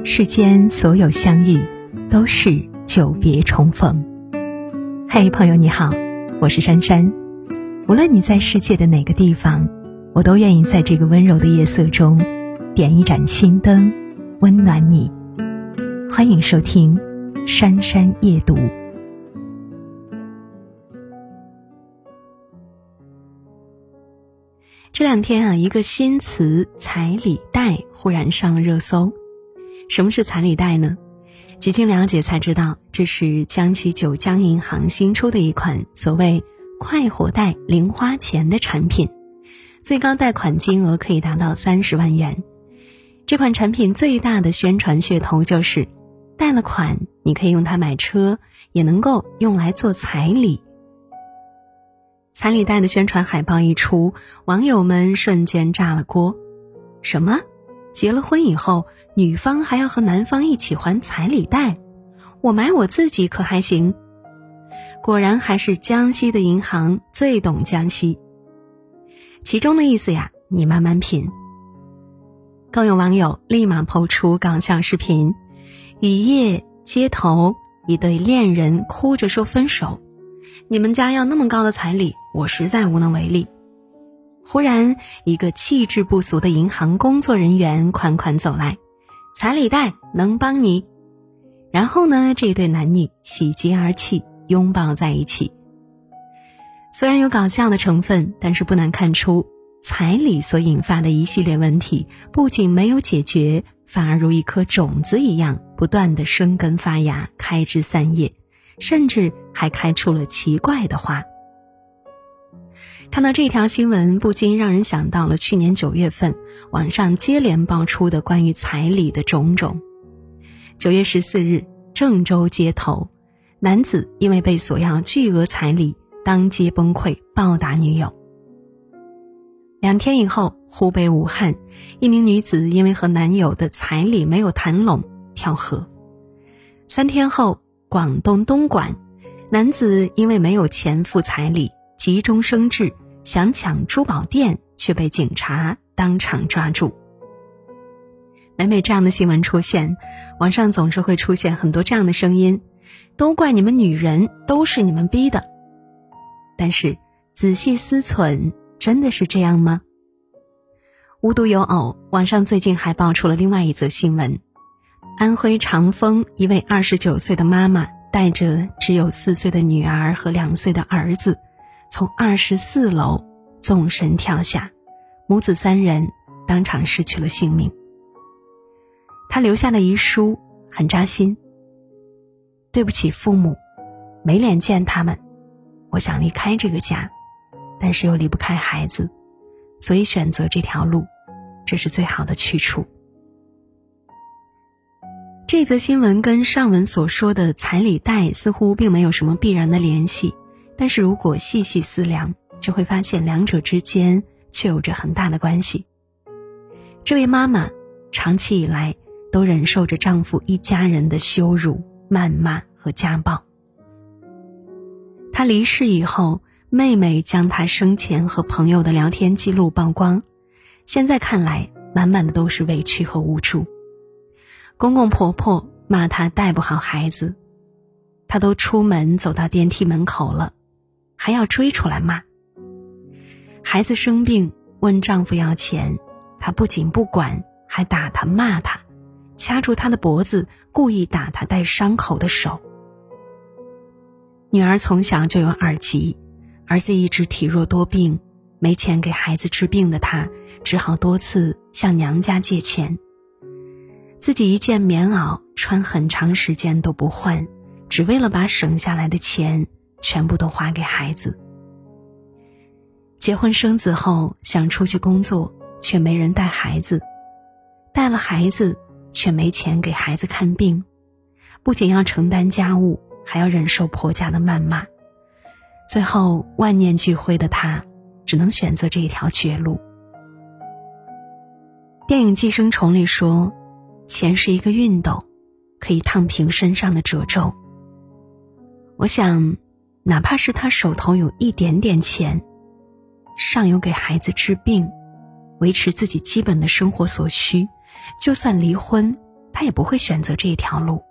世间所有相遇，都是久别重逢。嘿，朋友你好，我是珊珊。无论你在世界的哪个地方，我都愿意在这个温柔的夜色中，点一盏心灯，温暖你。欢迎收听珊珊夜读。这两天一个新词彩礼贷忽然上了热搜。什么是彩礼贷呢？几经了解才知道，这是江西九江银行新出的一款所谓快活贷零花钱的产品，最高贷款金额可以达到30万元。这款产品最大的宣传噱头就是贷了款，你可以用它买车，也能够用来做彩礼。彩礼贷的宣传海报一出，网友们瞬间炸了锅。什么？结了婚以后，女方还要和男方一起还彩礼贷？我买我自己可还行？果然还是江西的银行最懂江西。其中的意思呀，你慢慢品。更有网友立马抛出搞笑视频，一夜街头一对恋人哭着说分手，你们家要那么高的彩礼，我实在无能为力。忽然一个气质不俗的银行工作人员款款走来，彩礼贷能帮你。然后呢，这对男女喜极而泣，拥抱在一起。虽然有搞笑的成分，但是不难看出，彩礼所引发的一系列问题不仅没有解决，反而如一颗种子一样不断地生根发芽，开枝散叶，甚至还开出了奇怪的花。看到这条新闻，不禁让人想到了去年9月份网上接连爆出的关于彩礼的种种。9月14日，郑州街头，男子因为被索要巨额彩礼，当街崩溃暴打女友。2天以后，湖北武汉，一名女子因为和男友的彩礼没有谈拢，跳河。3天后，广东东莞，男子因为没有钱付彩礼，急中生智，想抢珠宝店，却被警察当场抓住。每每这样的新闻出现，网上总是会出现很多这样的声音，都怪你们女人，都是你们逼的。但是仔细思忖，真的是这样吗？无独有偶，网上最近还爆出了另外一则新闻。安徽长丰一位29岁的妈妈带着只有4岁的女儿和2岁的儿子，从24楼纵身跳下，母子3人当场失去了性命。他留下的遗书很扎心：对不起父母，没脸见他们，我想离开这个家，但是又离不开孩子，所以选择这条路，这是最好的去处。这则新闻跟上文所说的彩礼贷似乎并没有什么必然的联系，但是如果细细思量，就会发现两者之间却有着很大的关系。这位妈妈长期以来都忍受着丈夫一家人的羞辱、谩骂和家暴。她离世以后，妹妹将她生前和朋友的聊天记录曝光，现在看来满满的都是委屈和无助。公公婆婆骂她带不好孩子，她都出门走到电梯门口了，还要追出来骂。孩子生病问丈夫要钱，她不仅不管，还打她骂她，掐住她的脖子，故意打她带伤口的手。女儿从小就有耳疾，儿子一直体弱多病，没钱给孩子治病的她只好多次向娘家借钱。自己一件棉袄穿很长时间都不换，只为了把省下来的钱全部都花给孩子。结婚生子后想出去工作，却没人带孩子，带了孩子却没钱给孩子看病，不仅要承担家务，还要忍受婆家的谩骂。最后万念俱灰的她只能选择这一条绝路。电影《寄生虫》里说，钱是一个熨斗，可以烫平身上的褶皱。我想，哪怕是她手头有一点点钱，上有给孩子治病，维持自己基本的生活所需，就算离婚， 他也不会选择这一条路。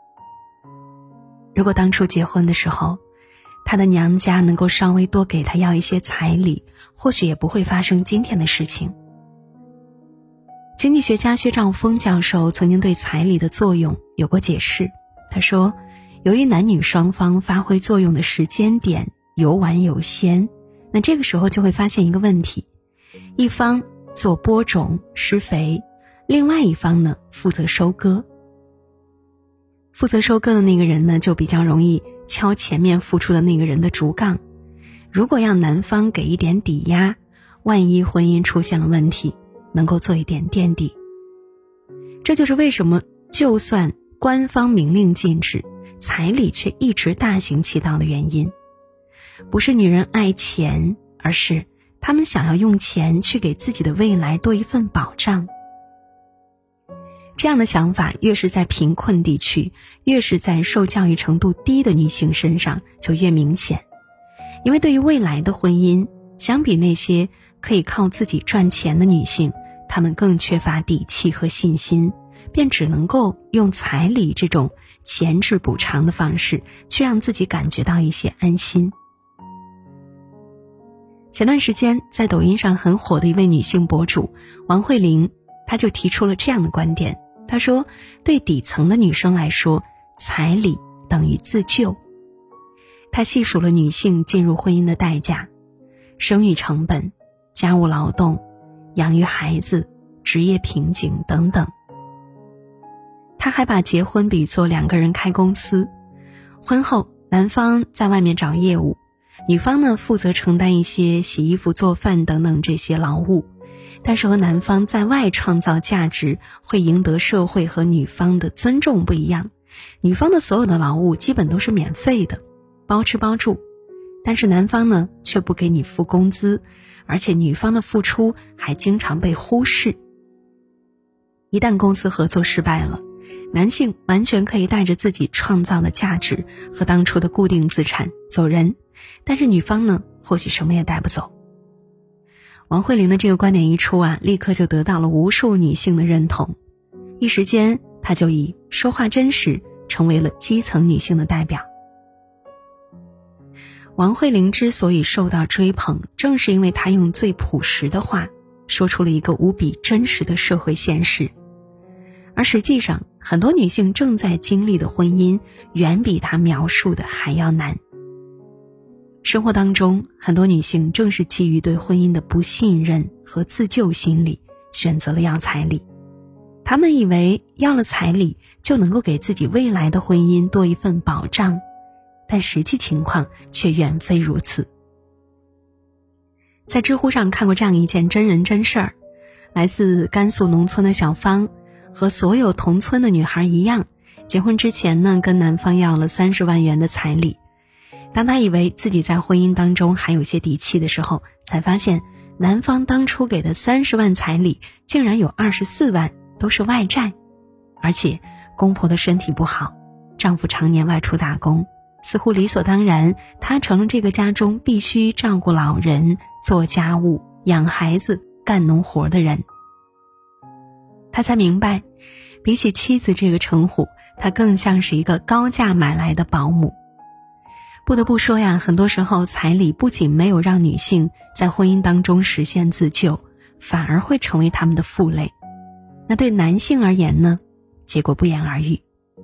如果当初结婚的时候，他的娘家能够稍微多给他要一些彩礼，或许也不会发生今天的事情。经济学家薛兆丰教授曾经对彩礼的作用有过解释，他说，由于男女双方发挥作用的时间点有晚有先，那这个时候就会发现一个问题，一方做播种施肥，另外一方呢负责收割。负责收割的那个人呢，就比较容易敲前面付出的那个人的竹杠。如果让男方给一点抵押，万一婚姻出现了问题，能够做一点垫底。这就是为什么就算官方明令禁止，彩礼却一直大行其道的原因。不是女人爱钱，而是她们想要用钱去给自己的未来多一份保障。这样的想法越是在贫困地区，越是在受教育程度低的女性身上就越明显。因为对于未来的婚姻，相比那些可以靠自己赚钱的女性，她们更缺乏底气和信心，便只能够用彩礼这种前置补偿的方式去让自己感觉到一些安心。前段时间在抖音上很火的一位女性博主王慧玲，她就提出了这样的观点。她说，对底层的女生来说，彩礼等于自救。她细数了女性进入婚姻的代价，生育成本、家务劳动、养育孩子、职业瓶颈等等。她还把结婚比作两个人开公司，婚后男方在外面找业务，女方呢负责承担一些洗衣服做饭等等这些劳务。但是和男方在外创造价值，会赢得社会和女方的尊重不一样。女方的所有的劳务基本都是免费的，包吃包住，但是男方呢却不给你付工资，而且女方的付出还经常被忽视。一旦公司合作失败了，男性完全可以带着自己创造的价值和当初的固定资产走人，但是女方呢或许什么也带不走。王慧玲的这个观点一出啊，立刻就得到了无数女性的认同。一时间，她就以说话真实成为了基层女性的代表。王慧玲之所以受到追捧，正是因为她用最朴实的话说出了一个无比真实的社会现实。而实际上，很多女性正在经历的婚姻远比她描述的还要难。生活当中，很多女性正是基于对婚姻的不信任和自救心理，选择了要彩礼。她们以为要了彩礼就能够给自己未来的婚姻多一份保障，但实际情况却远非如此。在知乎上看过这样一件真人真事儿，来自甘肃农村的小芳，和所有同村的女孩一样，结婚之前呢，跟男方要了30万元的彩礼。当她以为自己在婚姻当中还有些底气的时候，才发现男方当初给的30万彩礼竟然有24万都是外债，而且公婆的身体不好，丈夫常年外出打工，似乎理所当然，她成了这个家中必须照顾老人、做家务、养孩子、干农活的人。她才明白，比起妻子这个称呼，她更像是一个高价买来的保姆。不得不说呀，很多时候彩礼不仅没有让女性在婚姻当中实现自救，反而会成为他们的负累。那对男性而言呢，结果不言而喻。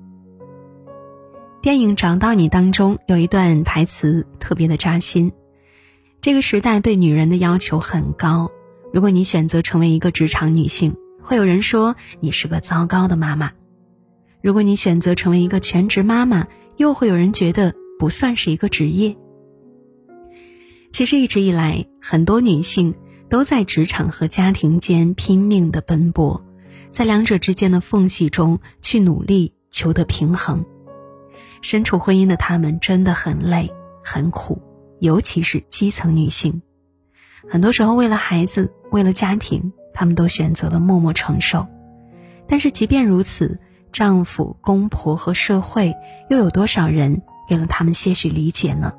电影《找到你》当中有一段台词特别的扎心。这个时代对女人的要求很高，如果你选择成为一个职场女性，会有人说你是个糟糕的妈妈；如果你选择成为一个全职妈妈，又会有人觉得不算是一个职业。其实一直以来，很多女性都在职场和家庭间拼命地奔波，在两者之间的缝隙中去努力求得平衡。身处婚姻的她们真的很累很苦，尤其是基层女性。很多时候为了孩子，为了家庭，她们都选择了默默承受。但是即便如此，丈夫、公婆和社会又有多少人给了他们些许理解呢？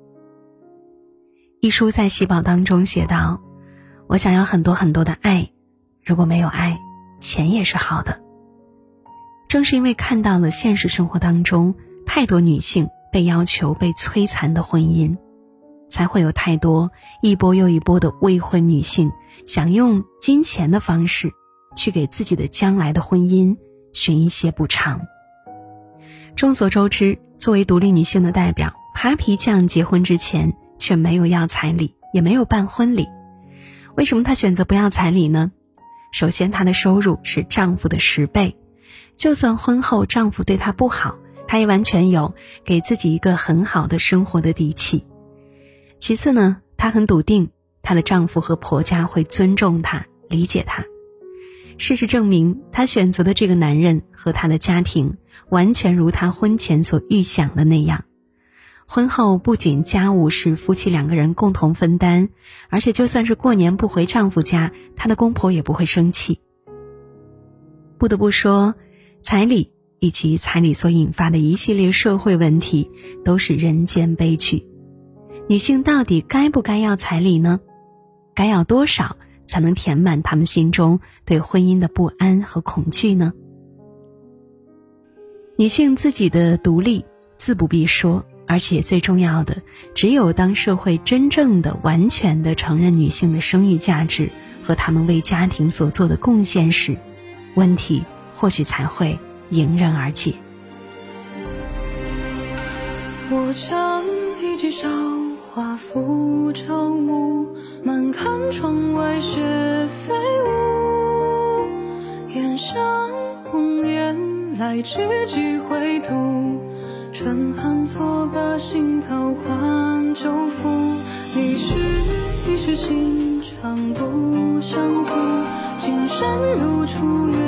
一书在喜宝当中写道，我想要很多很多的爱，如果没有爱，钱也是好的。 正是因为看到了现实生活当中太多女性被要求被摧残的婚姻，才会有太多一波又一波的未婚女性想用金钱的方式去给自己的将来的婚姻寻一些补偿。众所周知，作为独立女性的代表，Papi酱结婚之前却没有要彩礼，也没有办婚礼。为什么她选择不要彩礼呢？首先，她的收入是丈夫的10倍，就算婚后丈夫对她不好，她也完全有给自己一个很好的生活的底气。其次呢，她很笃定她的丈夫和婆家会尊重她，理解她。事实证明，她选择的这个男人和他的家庭完全如她婚前所预想的那样。婚后不仅家务是夫妻2个人共同分担，而且就算是过年不回丈夫家，她的公婆也不会生气。不得不说，彩礼以及彩礼所引发的一系列社会问题都是人间悲剧。女性到底该不该要彩礼呢？该要多少才能填满她们心中对婚姻的不安和恐惧呢？女性自己的独立自不必说，而且最重要的，只有当社会真正的完全的承认女性的生育价值和她们为家庭所做的贡献时，问题或许才会迎刃而解。 我将一骑韶华拂朝暮，慢看窗外雪飞舞，檐上红颜来去几回途，春寒错把心头换旧符，离去一世情长不相负，情深如初月